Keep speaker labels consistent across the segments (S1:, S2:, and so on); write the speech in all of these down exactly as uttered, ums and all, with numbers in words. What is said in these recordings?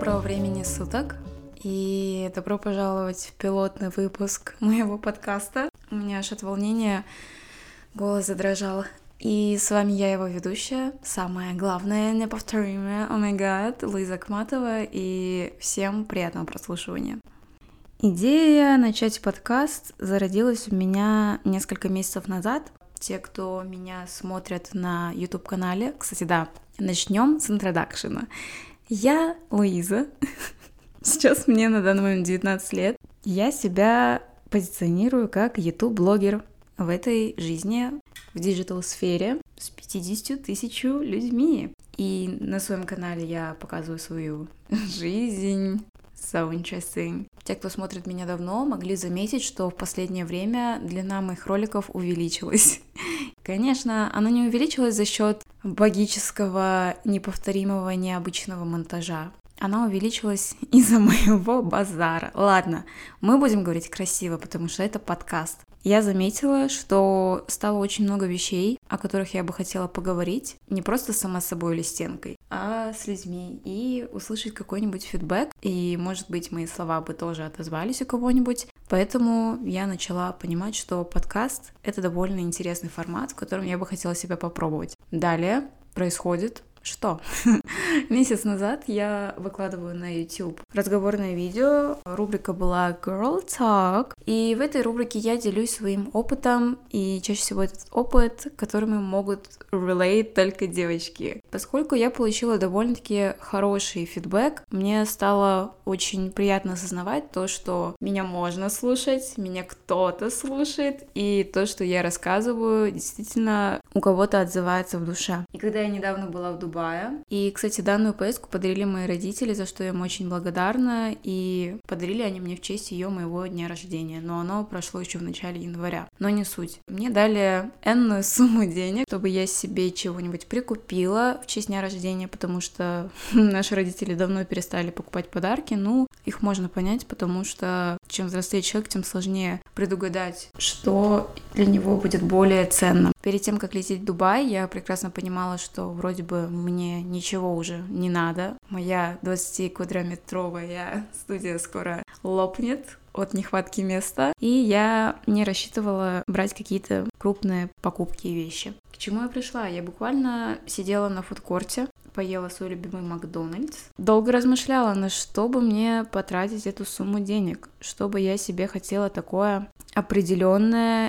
S1: Доброго времени суток и добро пожаловать в пилотный выпуск моего подкаста. У меня аж от волнения голос задрожал. И с вами я, его ведущая, самая главная, неповторимая, о май гад, Луиза Акматова, и всем приятного прослушивания. Идея начать подкаст зародилась у меня несколько месяцев назад. Те, кто меня смотрят на YouTube-канале, кстати, да, начнем с интродакшена. Я Луиза, сейчас мне на данный момент девятнадцать лет. Я себя позиционирую как YouTube-блогер в этой жизни, в диджитал-сфере с пятьюдесятью тысячами людьми. И на своем канале я показываю свою жизнь. So interesting. Те, кто смотрит меня давно, могли заметить, что в последнее время длина моих роликов увеличилась. Конечно, она не увеличилась за счет богического, неповторимого, необычного монтажа. Она увеличилась из-за моего базара. Ладно, мы будем говорить красиво, потому что это подкаст. Я заметила, что стало очень много вещей, о которых я бы хотела поговорить, не просто сама с собой или стенкой, а с людьми, и услышать какой-нибудь фидбэк, и, может быть, мои слова бы тоже отозвались у кого-нибудь. Поэтому я начала понимать, что подкаст — это довольно интересный формат, в котором я бы хотела себя попробовать. Далее происходит... Что? Месяц назад я выкладываю на YouTube разговорное видео. Рубрика была Girl Talk. И в этой рубрике я делюсь своим опытом. И чаще всего этот опыт, которыми могут relate только девочки. Поскольку я получила довольно-таки хороший фидбэк, мне стало очень приятно осознавать то, что меня можно слушать, меня кто-то слушает. И то, что я рассказываю, действительно у кого-то отзывается в душе. И когда я недавно была в Дубае, И, кстати, данную поездку подарили мои родители, за что я им очень благодарна, и подарили они мне в честь ее моего дня рождения, но оно прошло еще в начале января. Но не суть. Мне дали энную сумму денег, чтобы я себе чего-нибудь прикупила в честь дня рождения, потому что наши родители давно перестали покупать подарки. Ну, их можно понять, потому что чем взрослее человек, тем сложнее предугадать, что для него будет более ценно. Перед тем, как лететь в Дубай, я прекрасно понимала, что вроде бы мне ничего уже не надо. Моя двадцатиквадратметровая студия скоро лопнет от нехватки места, и я не рассчитывала брать какие-то крупные покупки и вещи. К чему я пришла? Я буквально сидела на фудкорте, поела свой любимый Макдональдс. Долго размышляла, на что бы мне потратить эту сумму денег, что бы я себе хотела такое определенное,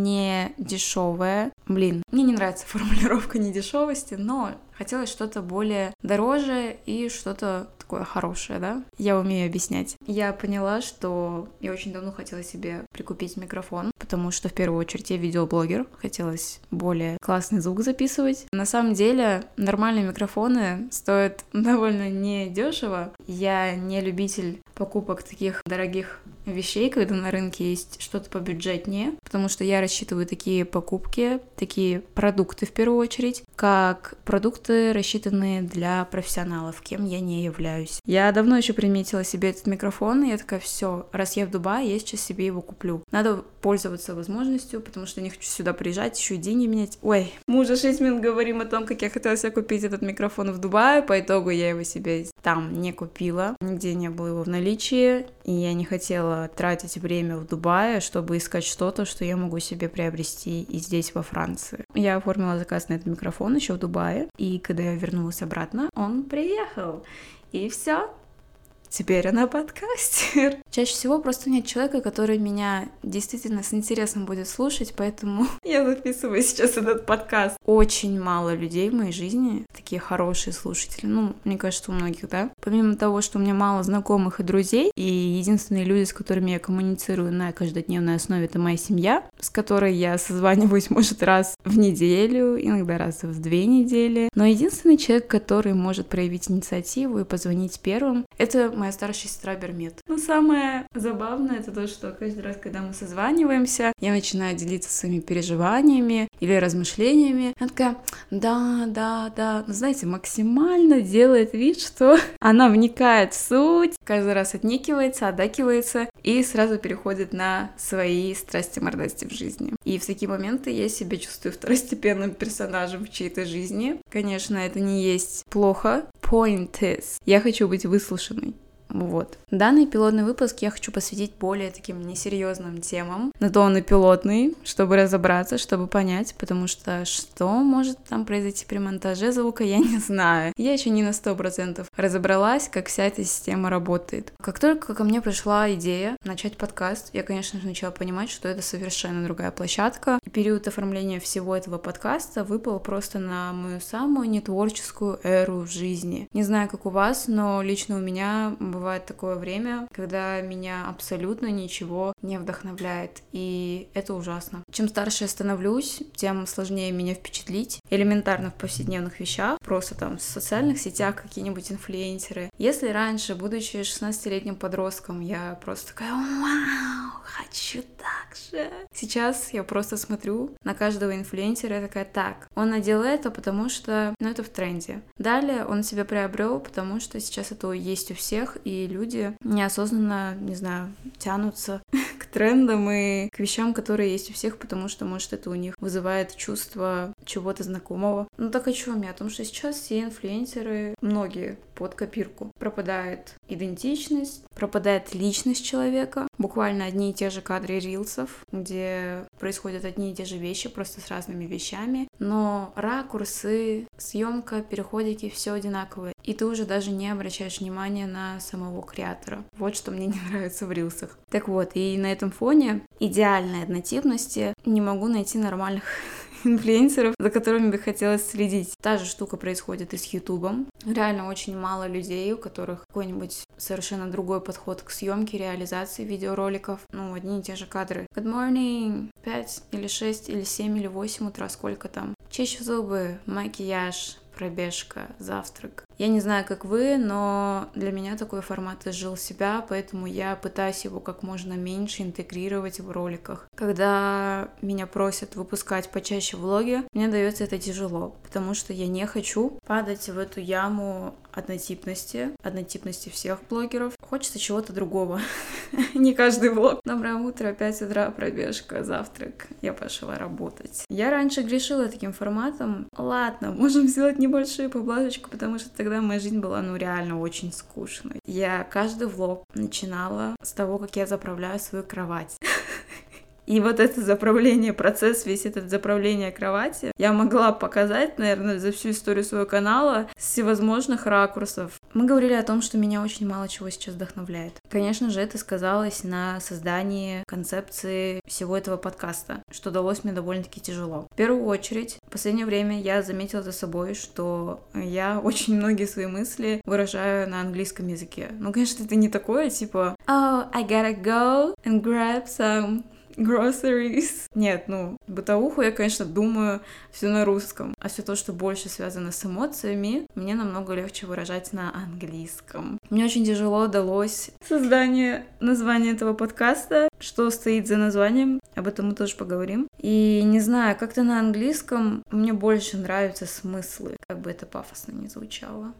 S1: не дешевое. Блин, мне не нравится формулировка недешевости, но хотелось что-то более дороже и что-то такое хорошее, да? Я умею объяснять. Я поняла, что я очень давно хотела себе прикупить микрофон, потому что в первую очередь я видеоблогер, хотелось более классный звук записывать. На самом деле нормальные микрофоны стоят довольно недешево. Я не любитель покупок таких дорогих вещей, когда на рынке есть что-то побюджетнее, потому что я рассчитываю такие покупки, такие продукты в первую очередь, как продукты, рассчитанные для профессионалов, кем я не являюсь. Я давно еще приметила себе этот микрофон, и я такая, все, раз я в Дубае, я сейчас себе его куплю. Надо пользоваться возможностью, потому что я не хочу сюда приезжать, еще и деньги менять. Ой, мы уже шесть минут говорим о том, как я хотела себе купить этот микрофон в Дубае, по итогу я его себе там не купила, нигде не было его в наличии, и я не хотела тратить время в Дубае, чтобы искать что-то, что я могу себе приобрести и здесь, во Франции. Я оформила заказ на этот микрофон еще в Дубае, и когда я вернулась обратно, он приехал. И все. Теперь она подкастер. Чаще всего просто нет человека, который меня действительно с интересом будет слушать, поэтому я записываю сейчас этот подкаст. Очень мало людей в моей жизни, такие хорошие слушатели. Ну, мне кажется, у многих, да? Помимо того, что у меня мало знакомых и друзей, и единственные люди, с которыми я коммуницирую на каждодневной основе, это моя семья, с которой я созваниваюсь, может, раз в неделю, иногда раз в две недели. Но единственный человек, который может проявить инициативу и позвонить первым, это моя старшая сестра Бермет. Но самое забавное это то, что каждый раз, когда мы созваниваемся, я начинаю делиться своими переживаниями или размышлениями. Она такая, да, да, да. Ну, знаете, максимально делает вид, что она вникает в суть, каждый раз отникивается, отдакивается и сразу переходит на свои страсти-мордасти в жизни. И в такие моменты я себя чувствую второстепенным персонажем в чьей-то жизни. Конечно, это не есть плохо. point is, я хочу быть выслушанной. Вот. Данный пилотный выпуск я хочу посвятить более таким несерьезным темам. На то он и пилотный, чтобы разобраться, чтобы понять, потому что что может там произойти при монтаже звука, я не знаю. Я еще не на сто процентов разобралась, как вся эта система работает. Как только ко мне пришла идея начать подкаст, я, конечно же, начала понимать, что это совершенно другая площадка. И период оформления всего этого подкаста выпал просто на мою самую нетворческую эру в жизни. Не знаю, как у вас, но лично у меня бывает такое время, когда меня абсолютно ничего не вдохновляет, и это ужасно. Чем старше я становлюсь, тем сложнее меня впечатлить элементарно в повседневных вещах, просто там в социальных сетях какие-нибудь инфлюенсеры. Если раньше, будучи шестнадцатилетним подростком, я просто такая: вау, хочу так же. Сейчас я просто смотрю на каждого инфлюенсера и такая: так, он надел это, потому что, ну, это в тренде. Далее он себя приобрел, потому что сейчас это есть у всех, и люди неосознанно, не знаю, тянутся к трендам и к вещам, которые есть у всех, потому что, может, это у них вызывает чувство чего-то знакомого. Ну так о чем я? О том, что сейчас все инфлюенсеры, многие под копирку. Пропадает идентичность, пропадает личность человека. Буквально одни и те же кадры рилсов, где происходят одни и те же вещи, просто с разными вещами. Но ракурсы, съемка, переходики, все одинаковое. И ты уже даже не обращаешь внимания на самого креатора. Вот что мне не нравится в рилсах. Так вот, и на этом фоне идеальной однотипности не могу найти нормальных инфлюенсеров, за которыми бы хотелось следить. Та же штука происходит и с Ютубом. Реально очень мало людей, у которых какой-нибудь совершенно другой подход к съемке, реализации видеороликов. Ну, одни и те же кадры. Good morning, пять или шесть или семь или восемь утра, сколько там. Чищу зубы, макияж, пробежка, завтрак. Я не знаю, как вы, но для меня такой формат изжил себя, поэтому я пытаюсь его как можно меньше интегрировать в роликах. Когда меня просят выпускать почаще влоги, мне дается это тяжело, потому что я не хочу падать в эту яму однотипности, однотипности всех блогеров. Хочется чего-то другого. Не каждый влог. Доброе утро, пять утра, пробежка, завтрак. Я пошла работать. Я раньше грешила таким форматом. Ладно, можем сделать небольшую поблажечку, потому что тогда моя жизнь была, ну, реально очень скучной. Я каждый влог начинала с того, как я заправляю свою кровать. И вот это заправление, процесс, весь этот заправление кровати я могла показать, наверное, за всю историю своего канала с всевозможных ракурсов. Мы говорили о том, что меня очень мало чего сейчас вдохновляет. Конечно же, это сказалось на создании концепции всего этого подкаста, что далось мне довольно-таки тяжело. В первую очередь, в последнее время я заметила за собой, что я очень многие свои мысли выражаю на английском языке. Ну, конечно, это не такое, типа «Oh, I gotta go and grab some groceries». Нет, ну, бытовуху я, конечно, думаю все на русском, а все то, что больше связано с эмоциями, мне намного легче выражать на английском. Мне очень тяжело далось создание названия этого подкаста, что стоит за названием, об этом мы тоже поговорим. И не знаю, как-то на английском мне больше нравятся смыслы, как бы это пафосно ни звучало.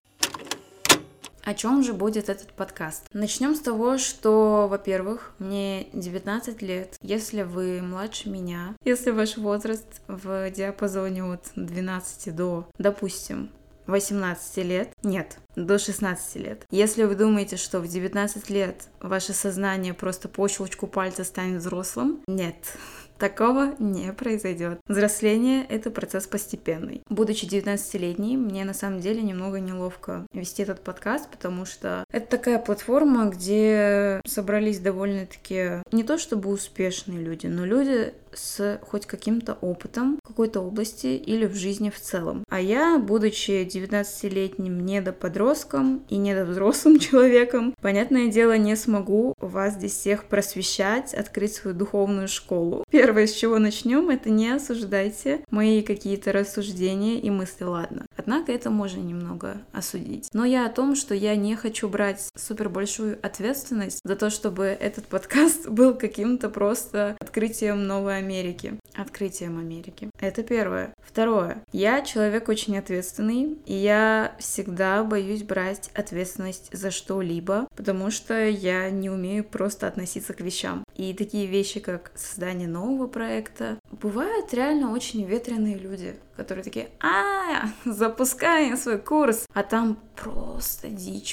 S1: О чем же будет этот подкаст? Начнем с того, что, во-первых, мне девятнадцать лет. Если вы младше меня, если ваш возраст в диапазоне от двенадцати до, допустим, восемнадцати лет, нет, до шестнадцати лет. Если вы думаете, что в девятнадцать лет ваше сознание просто по щелчку пальца станет взрослым, нет. Такого не произойдет. Взросление — это процесс постепенный. Будучи девятнадцатилетней, мне на самом деле немного неловко вести этот подкаст, потому что это такая платформа, где собрались довольно-таки не то чтобы успешные люди, но люди с хоть каким-то опытом в какой-то области или в жизни в целом. А я, будучи девятнадцатилетним недоподростком и недовзрослым человеком, понятное дело, не смогу вас здесь всех просвещать, открыть свою духовную школу. Первое, с чего начнем, это не осуждайте мои какие-то рассуждения и мысли, ладно. Однако это можно немного осудить. Но я о том, что я не хочу брать супер большую ответственность за то, чтобы этот подкаст был каким-то просто открытием новой Америки. Открытием Америки. Это первое. Второе. Я человек очень ответственный, и я всегда боюсь брать ответственность за что-либо, потому что я не умею просто относиться к вещам. И такие вещи, как создание нового проекта, бывают реально очень ветреные люди, которые такие: а, запускай свой курс, а там просто дичь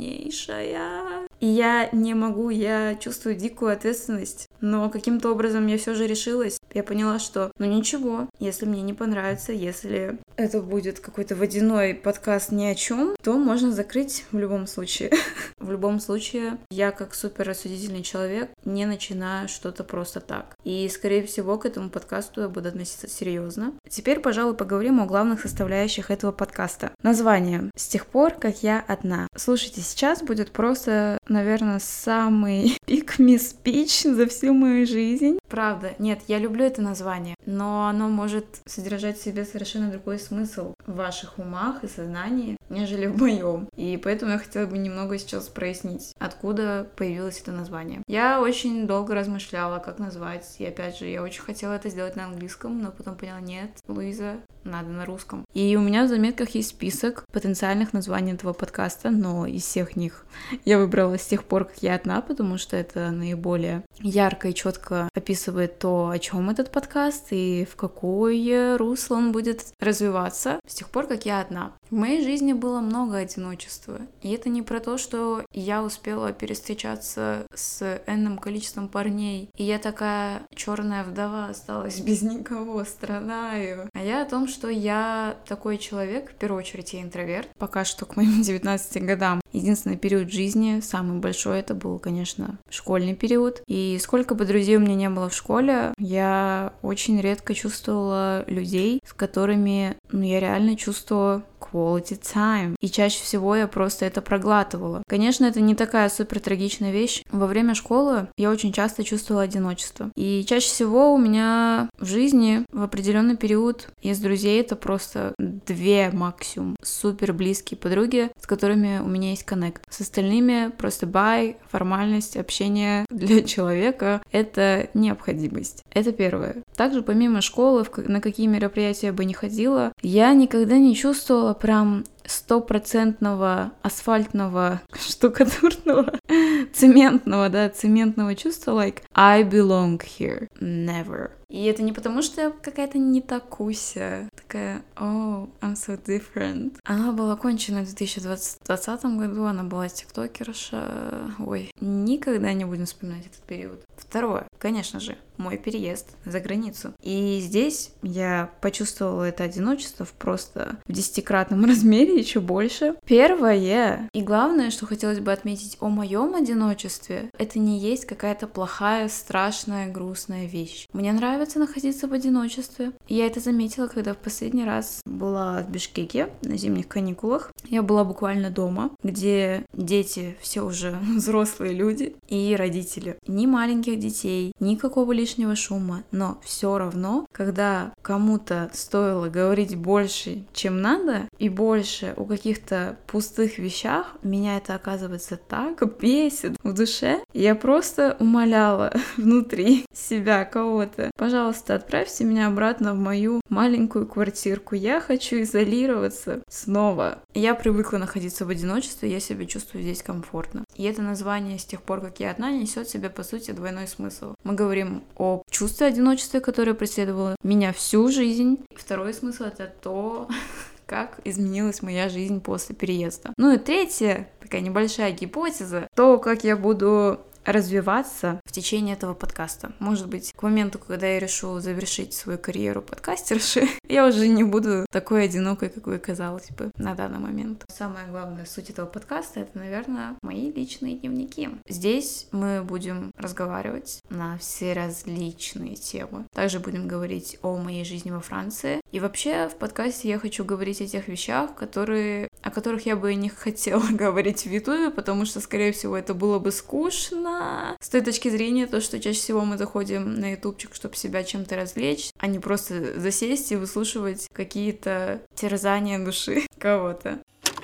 S1: полнейшая. И я не могу, я чувствую дикую ответственность, но каким-то образом я все же решилась. Я поняла, что ну ничего, если мне не понравится, если это будет какой-то водяной подкаст ни о чем, то можно закрыть в любом случае. В любом случае, я как суперрассудительный человек не начинаю что-то просто так. И, скорее всего, к этому подкасту я буду относиться серьезно. Теперь, пожалуй, поговорим о главных составляющих этого подкаста. Название. С тех пор, как я одна. Слушайте, сейчас будет просто, наверное, самый pick me speech за всю мою жизнь. Правда, нет, я люблю это название, но оно может содержать в себе совершенно другой смысл в ваших умах и сознании, нежели в моем. И поэтому я хотела бы немного сейчас прояснить, откуда появилось это название. Я очень долго размышляла, как назвать, и опять же, я очень хотела это сделать на английском, но потом поняла: нет, Луиза, надо на русском. И у меня в заметках есть список потенциальных названий этого подкаста, но из всех них я выбрала «С тех пор, как я одна», потому что это наиболее ярко и четко описывает то, о чем этот подкаст и в какое русло он будет развиваться. С тех пор, как я одна. В моей жизни было много одиночества. И это не про то, что я успела перестречаться с энным количеством парней, и я такая черная вдова осталась без никого, страдаю. А я о том, что я такой человек, в первую очередь я интроверт. Пока что к моим девятнадцати годам единственный период жизни, самый большой, это был, конечно, школьный период. И сколько бы друзей у меня не было в школе, я очень редко чувствовала людей, с которыми, ну, я реально чувствовала quality time. И чаще всего я просто это проглатывала. Конечно, это не такая супер трагичная вещь. Во время школы я очень часто чувствовала одиночество. И чаще всего у меня в жизни в определенный период из друзей это просто две максимум супер близкие подруги, с которыми у меня есть коннект. С остальными просто бай, формальность, общение для человека — это необходимость. Это первое. Также помимо школы, на какие мероприятия я бы не ходила, я никогда не чувствовала прям стопроцентного асфальтного, штукатурного, цементного, да, цементного чувства, like, I belong here. Never. И это не потому, что я какая-то не такуся, такая, oh, I'm so different. Она была кончена в две тысячи двадцатом году, она была тиктокерша. Ой, никогда не будем вспоминать этот период. Второе, конечно же, мой переезд за границу. И здесь я почувствовала это одиночество в просто в десятикратном размере, еще больше. Первое и главное, что хотелось бы отметить о моем одиночестве, это не есть какая-то плохая, страшная, грустная вещь. Мне нравится находиться в одиночестве. Я это заметила, когда в последний раз была в Бишкеке на зимних каникулах. Я была буквально дома, где дети все уже взрослые люди и родители. Ни маленьких детей, никакого лишнего шума, но все равно, когда кому-то стоило говорить больше, чем надо, и больше о каких-то пустых вещах, меня это, оказывается, так бесит в душе. Я просто умоляла внутри себя кого-то: пожалуйста, отправьте меня обратно в мою маленькую квартирку. Я хочу изолироваться снова. Я привыкла находиться в одиночестве, я себя чувствую здесь комфортно. И это название «С тех пор, как я одна» несет в себе, по сути, двойной смысл. Мы говорим о чувстве одиночества, которое преследовало меня всю жизнь. Второй смысл — это то, как изменилась моя жизнь после переезда. Ну и третье, такая небольшая гипотеза, то, как я буду развиваться в течение этого подкаста. Может быть, к моменту, когда я решу завершить свою карьеру подкастерши, я уже не буду такой одинокой, какой казалось бы на данный момент. Самая главная суть этого подкаста — это, наверное, мои личные дневники. Здесь мы будем разговаривать на все различные темы. Также будем говорить о моей жизни во Франции. И вообще в подкасте я хочу говорить о тех вещах, которые, о которых я бы не хотела говорить в Ютубе, потому что, скорее всего, это было бы скучно. С той точки зрения, то, что чаще всего мы заходим на ютубчик, чтобы себя чем-то развлечь, а не просто засесть и выслушивать какие-то терзания души кого-то.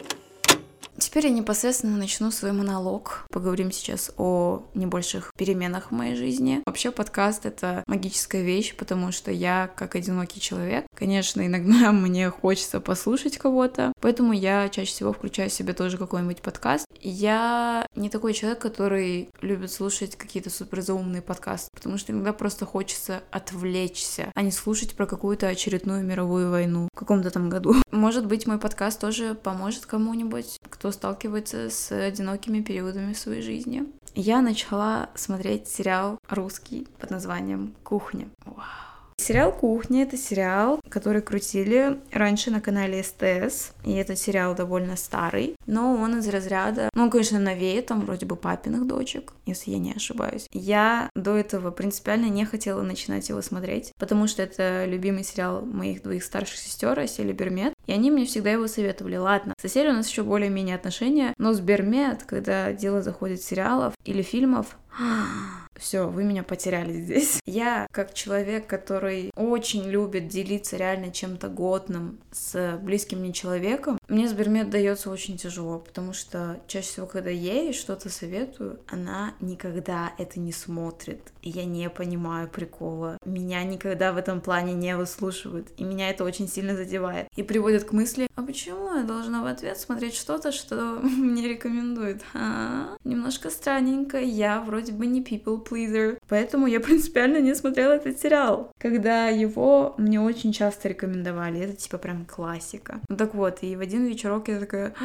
S1: Теперь я непосредственно начну свой монолог. Поговорим сейчас о небольших переменах в моей жизни. Вообще подкаст — это магическая вещь, потому что я, как одинокий человек, конечно, иногда мне хочется послушать кого-то, поэтому я чаще всего включаю себе тоже какой-нибудь подкаст. Я не такой человек, который любит слушать какие-то суперзаумные подкасты, потому что иногда просто хочется отвлечься, а не слушать про какую-то очередную мировую войну в каком-то там году. Может быть, мой подкаст тоже поможет кому-нибудь, кто сталкивается с одинокими периодами в своей жизни. Я начала смотреть сериал русский под названием «Кухня». Вау. Сериал «Кухня» — это сериал, который крутили раньше на канале СТС, и этот сериал довольно старый, но он из разряда, ну, он, конечно, новее, там вроде бы «Папиных дочек», если я не ошибаюсь. Я до этого принципиально не хотела начинать его смотреть, потому что это любимый сериал моих двоих старших сестер, Асель и Бермет, и они мне всегда его советовали. Ладно, с Асель у нас еще более-менее отношения, но с Бермет, когда дело заходит в сериалов или фильмов, все, вы меня потеряли здесь. Я, как человек, который очень любит делиться реально чем-то годным с близким мне человеком, мне с Бермет дается очень тяжело, потому что чаще всего, когда я ей что-то советую, она никогда это не смотрит, и я не понимаю прикола. Меня никогда в этом плане не выслушивают, и меня это очень сильно задевает. И приводит к мысли, а почему я должна в ответ смотреть что-то, что мне рекомендуют? А-а-а. Немножко странненько, я вроде бы не people pleaser, поэтому я принципиально не смотрела этот сериал, когда его мне очень часто рекомендовали, это типа прям классика. Ну так вот, и в один вечерок я такая,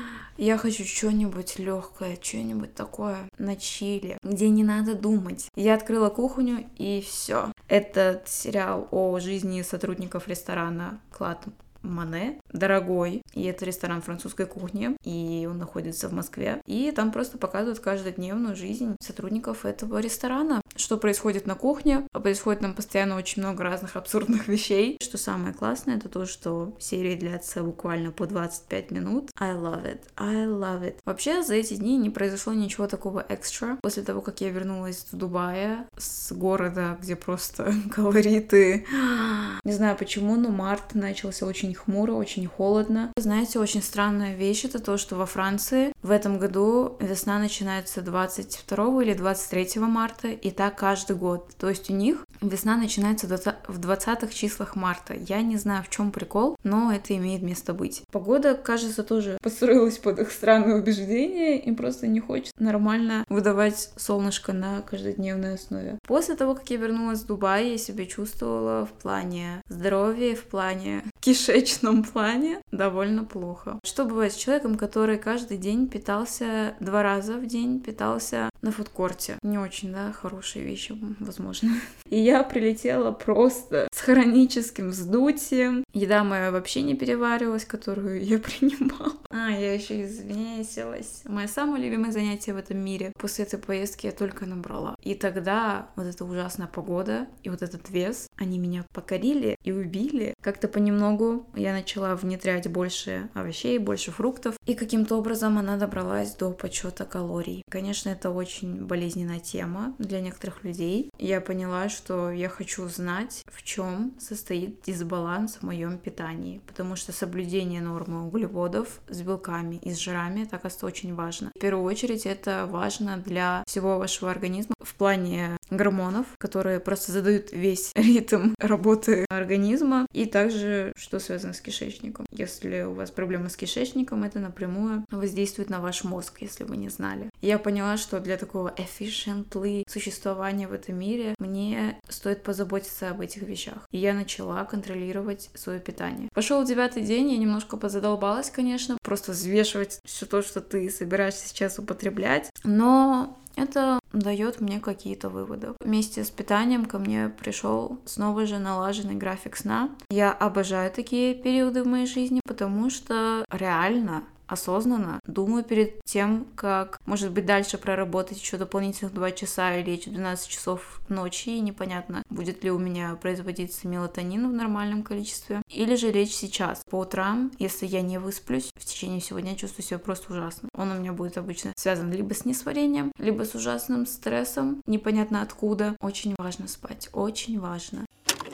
S1: я хочу что-нибудь легкое, что-нибудь такое на чиле, где не надо думать. Я открыла кухню, и все. Этот сериал о жизни сотрудников ресторана Клад Моне, дорогой, и это ресторан французской кухни, и он находится в Москве, и там просто показывают каждодневную жизнь сотрудников этого ресторана, что происходит на кухне, а происходит там постоянно очень много разных абсурдных вещей. Что самое классное, это то, что серии длятся буквально по двадцать пять минут. I love it, I love it. Вообще, за эти дни не произошло ничего такого экстра. После того, как я вернулась из Дубая, с города, где просто колориты, не знаю почему, но март начался очень хмуро, очень холодно. Знаете, очень странная вещь — это то, что во Франции в этом году весна начинается двадцать второго или двадцать третьего марта, и так каждый год. То есть у них весна начинается в двадцатых числах марта. Я не знаю, в чем прикол, но это имеет место быть. Погода, кажется, тоже построилась под их странные убеждения, им просто не хочет нормально выдавать солнышко на каждодневной основе. После того, как я вернулась в Дубай, я себя чувствовала в плане здоровья, в плане кишечном плане довольно плохо. Что бывает с человеком, который каждый день питался два раза в день, питался на фудкорте? Не очень, да, хорошие вещи, возможно. И я прилетела просто с хроническим вздутием. Еда моя вообще не переваривалась, которую я принимала. А, я еще извесилась. Мое самое любимое занятие в этом мире. После этой поездки я только набрала. И тогда вот эта ужасная погода и вот этот вес, они меня покорили и убили. Как-то понемногу я начала внедрять больше овощей, больше фруктов. И каким-то образом она добралась до подсчета калорий. Конечно, это очень болезненная тема для некоторых людей. Я поняла, что я хочу знать, в чем состоит дисбаланс в моем питании. Потому что соблюдение нормы углеводов с белками и с жирами, это, оказывается, очень важно. В первую очередь это важно для всего вашего организма в плане гормонов, которые просто задают весь ритм работы организма, и также, что связано с кишечником. Если у вас проблемы с кишечником, это напрямую воздействует на ваш мозг, если вы не знали. Я поняла, что для такого efficiently существования в этом мире мне стоит позаботиться об этих вещах. И я начала контролировать свое питание. Пошел девятый день, я немножко позадолбалась, конечно, просто взвешивать все то, что ты собираешься сейчас употреблять, но это дает мне какие-то выводы. Вместе с питанием ко мне пришел снова же налаженный график сна. Я обожаю такие периоды в моей жизни, потому что реально осознанно думаю перед тем, как, может быть, дальше проработать еще дополнительных два часа или лечь в двенадцать часов ночи, и непонятно, будет ли у меня производиться мелатонин в нормальном количестве, или же лечь сейчас. По утрам, если я не высплюсь, в течение всего дня чувствую себя просто ужасно. Он у меня будет обычно связан либо с несварением, либо с ужасным стрессом, непонятно откуда. Очень важно спать, очень важно.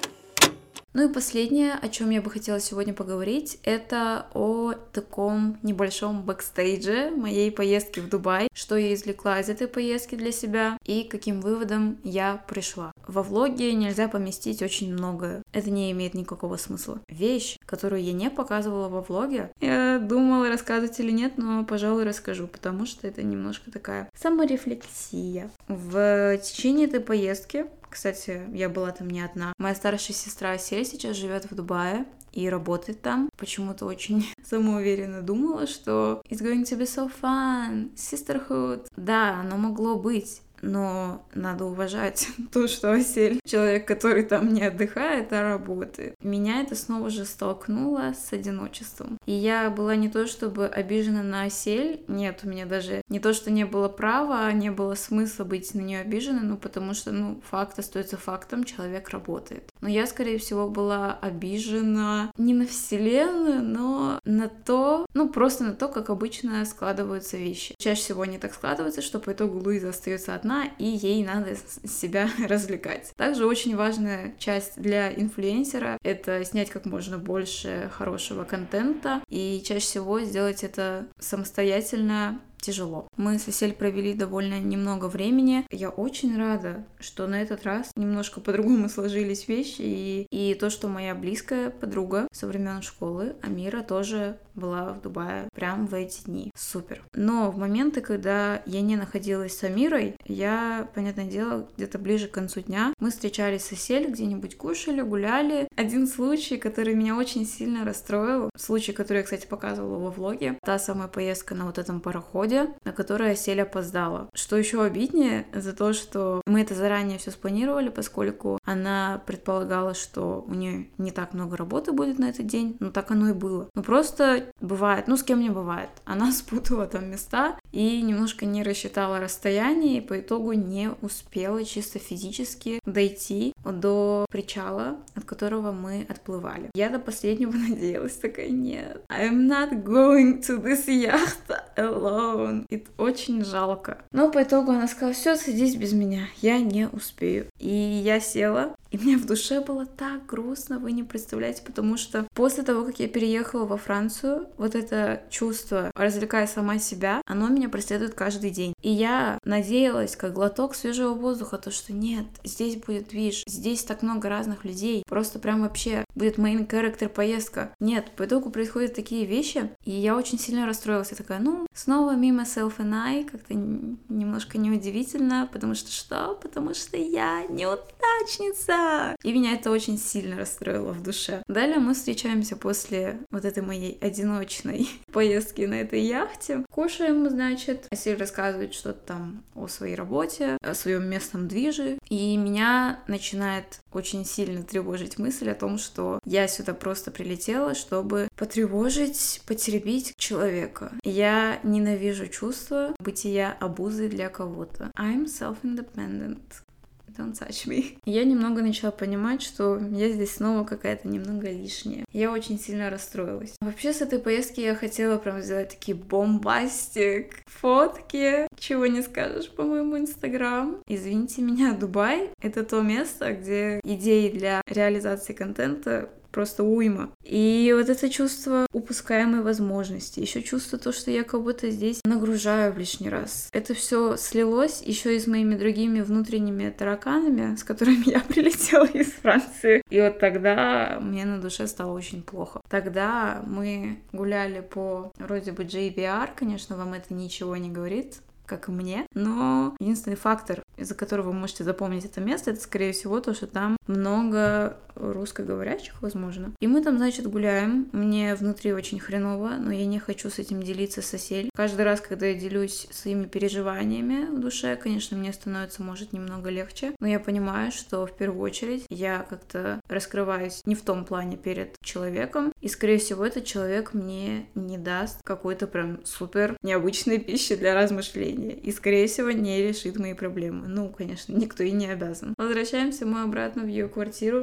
S1: Ну и последнее, о чем я бы хотела сегодня поговорить, это о таком небольшом бэкстейдже моей поездки в Дубай, что я извлекла из этой поездки для себя и каким выводом я пришла. во влоге нельзя поместить очень многое. Это не имеет никакого смысла. Вещь, которую я не показывала во влоге, я думала, рассказывать или нет, но, пожалуй, расскажу, потому что это немножко такая саморефлексия. В течение этой поездки, кстати, я была там не одна, моя старшая сестра Асель сейчас живет в Дубае и работает там. Почему-то очень самоуверенно думала, что it's going to be so fun, sisterhood. Да, оно могло быть. Но надо уважать то, что Асель, человек, который там не отдыхает, а работает. Меня это снова же столкнуло с одиночеством. И я была не то чтобы обижена на Асель, нет, у меня даже не то, что не было права, не было смысла быть на нее обиженной, ну потому что, ну, факт остается фактом, человек работает. Но я, скорее всего, была обижена не на вселенную, но на то, ну просто на то, как обычно складываются вещи. Чаще всего они так складываются, что по итогу Луиза остается одна, и ей надо себя развлекать. Также очень важная часть для инфлюенсера — это снять как можно больше хорошего контента, и чаще всего сделать это самостоятельно тяжело. Мы с Асель провели довольно немного времени. Я очень рада, что на этот раз немножко по-другому сложились вещи, и, и то, что моя близкая подруга со времен школы, Амира, тоже была в Дубае прям в эти дни. Супер. Но в моменты, когда я не находилась с Амирой, я, понятное дело, где-то ближе к концу дня, мы встречались с Асель, где-нибудь кушали, гуляли. Один случай, который меня очень сильно расстроил, случай, который я, кстати, показывала во влоге, та самая поездка на вот этом пароходе, на которой Асель опоздала. Что еще обиднее, за то, что мы это заранее все спланировали, поскольку она предполагала, что у нее не так много работы будет на этот день, но так оно и было. Ну просто бывает, ну с кем не бывает. Она спутала там места и немножко не рассчитала расстояние, и по итогу не успела чисто физически дойти до причала, от которого мы отплывали. Я до последнего надеялась, такая, нет, I'm not going to this yacht alone. И очень жалко. Но по итогу она сказала, все, садись без меня, я не успею. И я села, и мне в душе было так грустно, вы не представляете, потому что после того, как я переехала во Францию, вот это чувство, развлекая сама себя, оно меня преследует каждый день. И я надеялась, как глоток свежего воздуха, то, что нет, здесь будет движ, здесь так много разных людей, просто прям вообще будет main character поездка. Нет, по итогу происходят такие вещи, и я очень сильно расстроилась. Я такая, ну, снова me, myself and I, как-то немножко неудивительно, потому что что? Потому что я неудачница. И меня это очень сильно расстроило в душе. Далее мы встречаемся после вот этой моей одиночной поездки на этой яхте. Кушаем, значит. Асель рассказывает что-то там о своей работе, о своем местном движе. И меня начинает очень сильно тревожить мысль о том, что я сюда просто прилетела, чтобы потревожить, потеребить человека. Я ненавижу чувство бытия обузой для кого-то. I'm self-independent. Don't touch me. Я немного начала понимать, что я здесь снова какая-то немного лишняя. Я очень сильно расстроилась. Вообще с этой поездки я хотела прям сделать такие бомбастик фотки, чего не скажешь по моему инстаграм. Извините меня, Дубай — это то место, где идеи для реализации контента просто уйма. И вот это чувство упускаемой возможности, еще чувство то, что я как будто здесь нагружаю в лишний раз. Это все слилось еще и с моими другими внутренними тараканами, с которыми я прилетела из Франции. И вот тогда мне на душе стало очень плохо. Тогда мы гуляли по вроде бы джей би ар, конечно, вам это ничего не говорит, как и мне, но единственный фактор, из-за которого вы можете запомнить это место, это, скорее всего, то, что там много русскоговорящих, возможно. И мы там, значит, гуляем. Мне внутри очень хреново, но я не хочу с этим делиться с Асель. Каждый раз, когда я делюсь своими переживаниями в душе, конечно, мне становится, может, немного легче, но я понимаю, что в первую очередь я как-то раскрываюсь не в том плане перед человеком, и, скорее всего, этот человек мне не даст какой-то прям супер необычной пищи для размышления, и, скорее всего, не решит мои проблемы. Ну, конечно, никто и не обязан. Возвращаемся мы обратно в ее квартиру. Мы тогда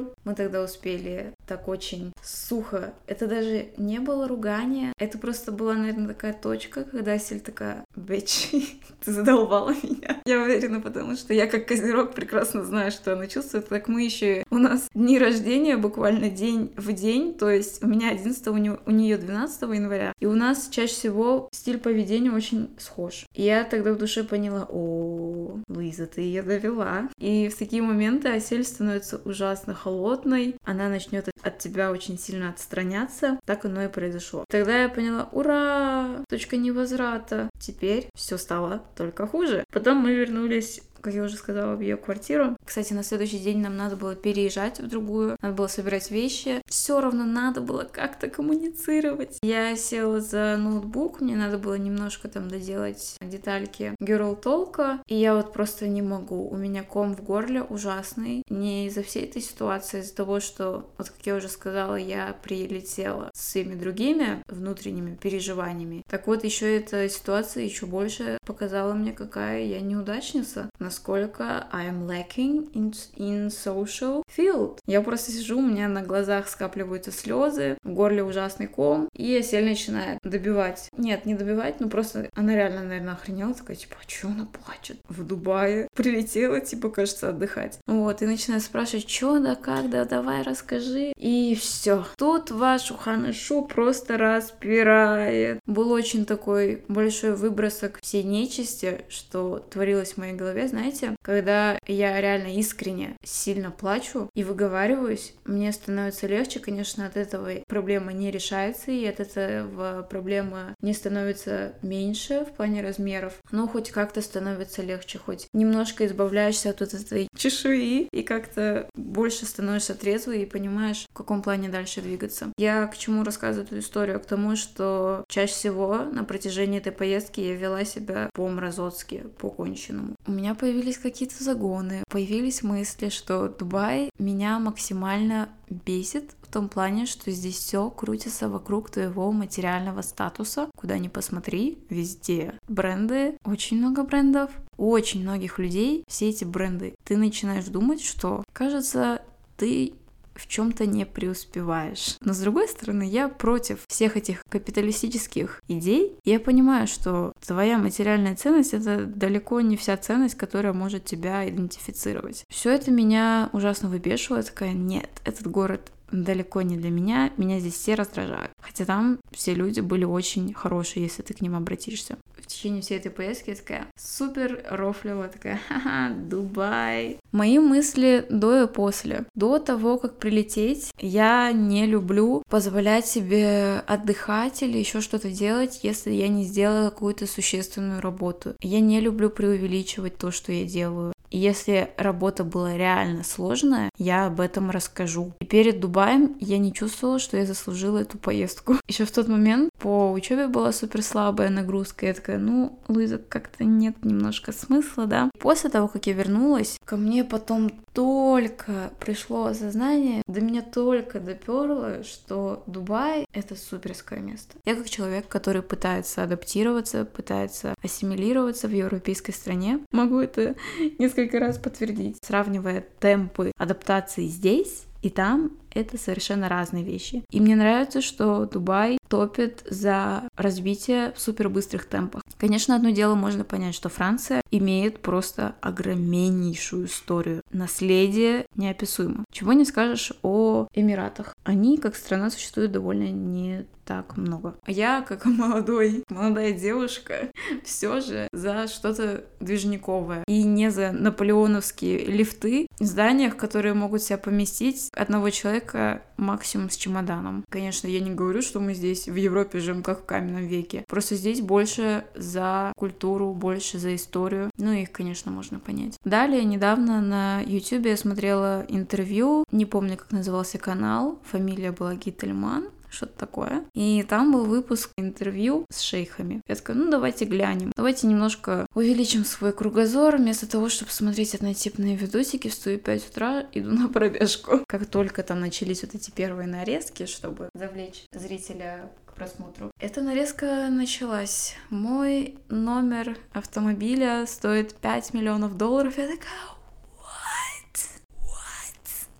S1: тогда успели так очень сухо. Это даже не было ругания, это просто была, наверное, такая точка, когда Асель такая: «Бич, ты задолбала меня». Я уверена, потому что я как козерог прекрасно знаю, что она чувствует. Так мы еще у нас дни рождения буквально день в день, то есть у меня одиннадцатого, у нее двенадцатого января, и у нас чаще всего стиль поведения очень схож. И я тогда в душе поняла: о, Луиза, ты ее довела. И в такие моменты Асель становится ужасно холодной, она начнет от тебя очень сильно отстраняться. Так оно и произошло. Тогда я поняла: ура, точка невозврата. Теперь все стало только хуже. Потом мы вернулись, как я уже сказала, в ее квартиру. Кстати, на следующий день нам надо было переезжать в другую, надо было собирать вещи. Все равно надо было как-то коммуницировать. Я села за ноутбук, мне надо было немножко там доделать детальки Girl Talk, и я вот просто не могу. У меня ком в горле ужасный. Не из-за всей этой ситуации, а из-за того, что, вот как я уже сказала, я прилетела с своими другими внутренними переживаниями. Так вот, еще эта ситуация еще больше показала мне, какая я неудачница. Насколько I am lacking in, in social field. Я просто сижу, у меня на глазах скапливаются слезы, в горле ужасный ком, и Асель начинает добивать. Нет, не добивать, ну просто она реально, наверное, охренела, такая, типа: а чё она плачет? В Дубае прилетела, типа, кажется, отдыхать. Вот, и начинает спрашивать: чё, да как, да давай расскажи. И все. Тут вашу Ханышу просто распирает. Был очень такой большой выбросок всей нечисти, что творилось в моей голове, знаете, когда я реально искренне сильно плачу и выговариваюсь, мне становится легче. Конечно, от этого проблема не решается, и от этого проблема не становится меньше в плане размеров, но хоть как-то становится легче, хоть немножко избавляешься от вот этой чешуи и как-то больше становишься трезвой и понимаешь, в каком плане дальше двигаться. Я к чему рассказываю эту историю? К тому, что чаще всего на протяжении этой поездки я вела себя по-мразотски, по-конченному. У меня появились какие-то загоны, появились мысли, что Дубай меня максимально бесит в том плане, что здесь все крутится вокруг твоего материального статуса. Куда ни посмотри, везде бренды, очень много брендов, у очень многих людей все эти бренды. Ты начинаешь думать, что, кажется, ты в чем-то не преуспеваешь. Но с другой стороны, я против всех этих капиталистических идей. Я понимаю, что твоя материальная ценность — это далеко не вся ценность, которая может тебя идентифицировать. Все это меня ужасно выбешивало. Я такая: нет, этот город далеко не для меня, меня здесь все раздражают. Хотя там все люди были очень хорошие, если ты к ним обратишься. В течение всей этой поездки я такая супер рофлила, такая: ха-ха, Дубай. Мои мысли до и после. До того, как прилететь, я не люблю позволять себе отдыхать или еще что-то делать, если я не сделала какую-то существенную работу. Я не люблю преувеличивать то, что я делаю. И если работа была реально сложная, я об этом расскажу. И перед Дубаем я не чувствовала, что я заслужила эту поездку. Еще в тот момент по учебе была супер слабая нагрузка. Я такая: ну, Луиза, как-то нет немножко смысла, да? После того, как я вернулась, ко мне потом только пришло осознание, до меня только доперло, что Дубай — это суперское место. Я как человек, который пытается адаптироваться, пытается ассимилироваться в европейской стране, могу это несколько раз подтвердить. Сравнивая темпы адаптации здесь и там, это совершенно разные вещи. И мне нравится, что Дубай топит за развитие в супербыстрых темпах. Конечно, одно дело можно понять, что Франция имеет просто огромнейшую историю. Наследие неописуемо. Чего не скажешь о Эмиратах. Они, как страна, существуют довольно не так много. А я, как молодой, молодая девушка, все же за что-то движниковое. И не за наполеоновские лифты в зданиях, которые могут себя поместить одного человека максимум с чемоданом. Конечно, я не говорю, что мы здесь в Европе живем как в каменном веке. Просто здесь больше за культуру, больше за историю. Ну, их, конечно, можно понять. Далее, недавно на YouTube я смотрела интервью, не помню, как назывался канал, фамилия была Гительман, что-то такое. И там был выпуск интервью с шейхами. Я такая: ну давайте глянем. Давайте немножко увеличим свой кругозор. Вместо того, чтобы смотреть однотипные видосики, встаю в пять утра, иду на пробежку. Как только там начались вот эти первые нарезки, чтобы завлечь зрителя к просмотру, эта нарезка началась. Мой номер автомобиля стоит пять миллионов долларов. Я такая: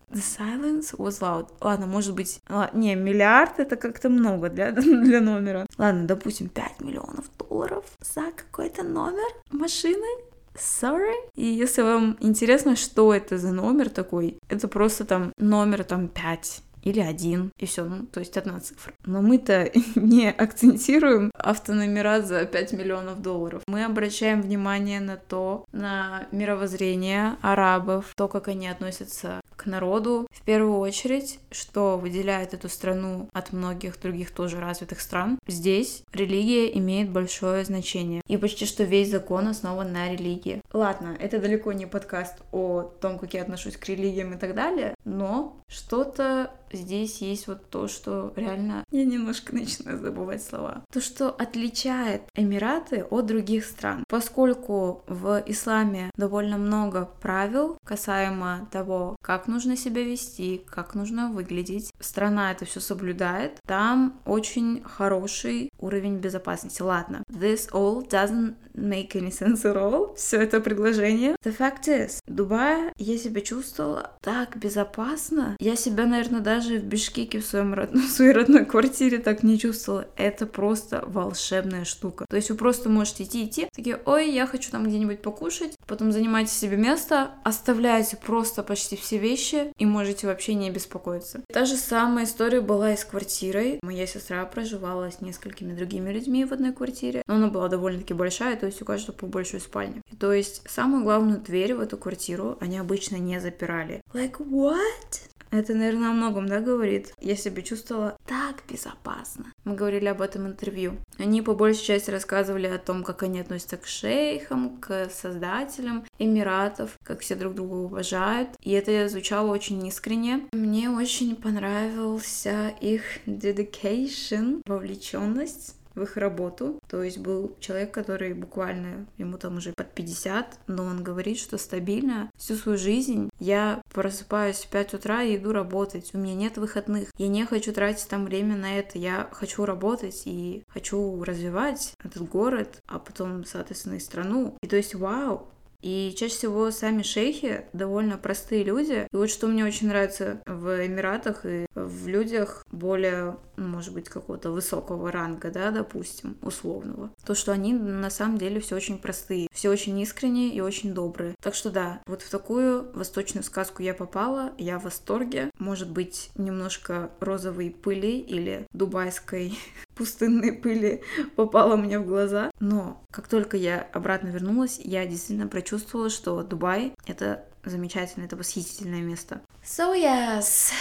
S1: The silence was loud. Ладно, может быть... А, не, миллиард это как-то много для, для номера. Ладно, допустим, пять миллионов долларов за какой-то номер машины. Sorry. И если вам интересно, что это за номер такой, это просто там номер там пять. Или один, и все, ну, то есть одна цифра. Но мы-то не акцентируем автономера за пять миллионов долларов. Мы обращаем внимание на то, на мировоззрение арабов, то, как они относятся к народу. В первую очередь, что выделяет эту страну от многих других тоже развитых стран. Здесь религия имеет большое значение. И почти что весь закон основан на религии. Ладно, это далеко не подкаст о том, как я отношусь к религиям и так далее, но что-то здесь есть вот то, что реально... Я немножко начинаю забывать слова. То, что отличает Эмираты от других стран. Поскольку в исламе довольно много правил касаемо того, как нужно себя вести, как нужно выглядеть. Страна это все соблюдает. Там очень хороший уровень безопасности. Ладно, this all doesn't make any sense at all. Все это предложение. The fact is, в Дубае я себя чувствовала так безопасно. Я себя, наверное, даже в Бишкеке в, своем родном, в своей родной квартире так не чувствовала. Это просто волшебная штука. То есть вы просто можете идти, идти, такие, ой, я хочу там где-нибудь покушать, потом занимаете себе место, оставляете просто почти все вещи и можете вообще не беспокоиться. Та же самая история была и с квартирой. Моя сестра проживала с несколькими другими людьми в одной квартире, но она была довольно-таки большая, то есть у каждого по большой спальне. То есть самую главную дверь в эту квартиру они обычно не запирали. Like what? Это, наверное, о многом, да, говорит? Я себя чувствовала так безопасно. Мы говорили об этом интервью. Они по большей части рассказывали о том, как они относятся к шейхам, к создателям Эмиратов, как все друг друга уважают. И это звучало очень искренне. Мне очень понравился их dedication, вовлеченность в их работу. То есть был человек, который буквально, ему там уже под пятьдесят, но он говорит, что стабильно всю свою жизнь я просыпаюсь в пять утра и иду работать. У меня нет выходных. Я не хочу тратить там время на это. Я хочу работать и хочу развивать этот город, а потом, соответственно, и страну. И то есть, вау! И чаще всего сами шейхи довольно простые люди. И вот что мне очень нравится в Эмиратах и в людях более, может быть, какого-то высокого ранга, да, допустим, условного. То, что они на самом деле все очень простые, все очень искренние и очень добрые. Так что да, вот в такую восточную сказку я попала, я в восторге. Может быть, немножко розовой пыли или дубайской пустынной пыли попала мне в глаза. Но как только я обратно вернулась, я действительно прочувствовала, что Дубай — это замечательное, это восхитительное место. So yes.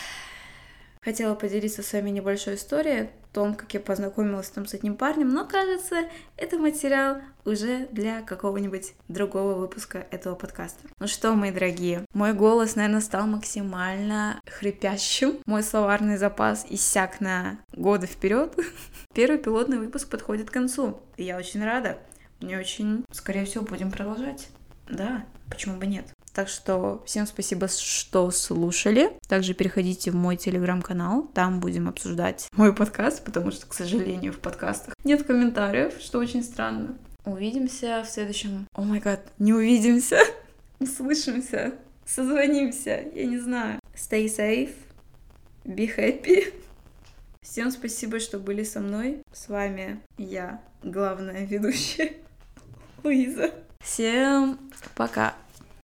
S1: Хотела поделиться с вами небольшой историей о том, как я познакомилась там с этим парнем, но, кажется, это материал уже для какого-нибудь другого выпуска этого подкаста. Ну что, мои дорогие, мой голос, наверное, стал максимально хрипящим. Мой словарный запас иссяк на годы вперед. Первый пилотный выпуск подходит к концу, и я очень рада. Мне очень, скорее всего, будем продолжать. Да, почему бы нет? Так что всем спасибо, что слушали. Также переходите в мой телеграм-канал. Там будем обсуждать мой подкаст, потому что, к сожалению, в подкастах нет комментариев, что очень странно. Увидимся в следующем... О май гад, не увидимся. Услышимся, созвонимся, я не знаю. Stay safe, be happy. Всем спасибо, что были со мной. С вами я, главная ведущая, Луиза. Всем пока.